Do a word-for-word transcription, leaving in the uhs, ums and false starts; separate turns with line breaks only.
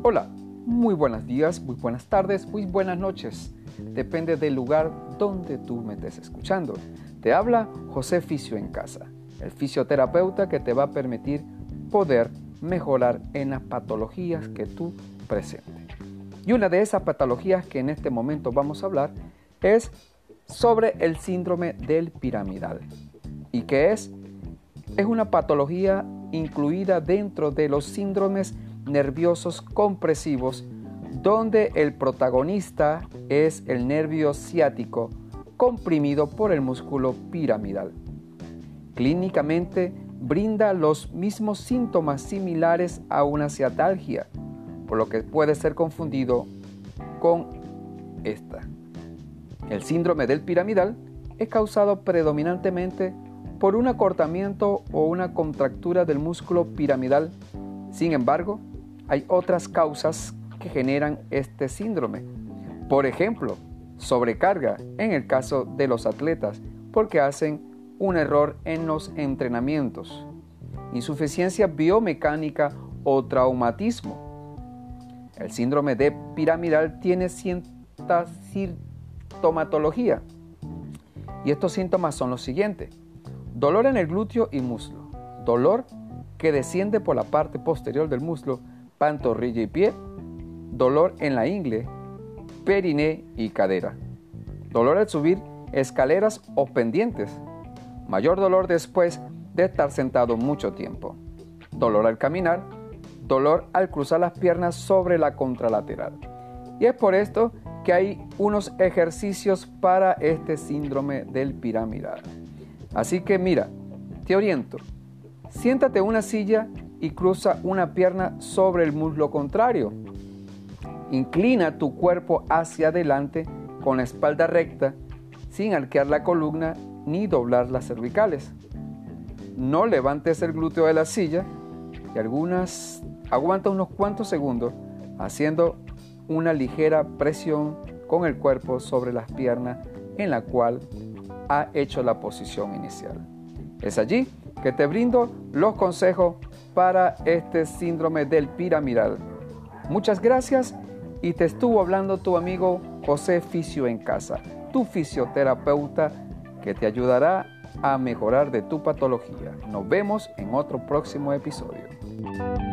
Hola, muy buenos días, muy buenas tardes, muy buenas noches. Depende del lugar donde tú me estés escuchando. Te habla José Fisio en Casa, el fisioterapeuta que te va a permitir poder mejorar en las patologías que tú presentes. Y una de esas patologías que en este momento vamos a hablar es sobre el síndrome del piramidal. ¿Y qué es? Es una patología incluida dentro de los síndromes nerviosos compresivos, donde el protagonista es el nervio ciático comprimido por el músculo piramidal. Clínicamente brinda los mismos síntomas similares a una ciatalgia, por lo que puede ser confundido con esta. El síndrome del piramidal es causado predominantemente por un acortamiento o una contractura del músculo piramidal. Sin embargo, hay otras causas que generan este síndrome. Por ejemplo, sobrecarga en el caso de los atletas porque hacen un error en los entrenamientos, insuficiencia biomecánica o traumatismo. El síndrome de piramidal tiene cierta sintomatología y estos síntomas son los siguientes: dolor en el glúteo y muslo, dolor que desciende por la parte posterior del muslo, pantorrilla y pie, dolor en la ingle, periné y cadera, dolor al subir escaleras o pendientes, mayor dolor después de estar sentado mucho tiempo, dolor al caminar, dolor al cruzar las piernas sobre la contralateral. Y es por esto que hay unos ejercicios para este síndrome del piramidal. Así que mira, te oriento. Siéntate en una silla y cruza una pierna sobre el muslo contrario. Inclina tu cuerpo hacia adelante con la espalda recta, sin arquear la columna ni doblar las cervicales. No levantes el glúteo de la silla y algunas, aguanta unos cuantos segundos haciendo una ligera presión con el cuerpo sobre las piernas en la cual ha hecho la posición inicial. Es allí que te brindo los consejos para este síndrome del piramidal. Muchas gracias y te estuvo hablando tu amigo José Fisio en Casa, tu fisioterapeuta que te ayudará a mejorar de tu patología. Nos vemos en otro próximo episodio.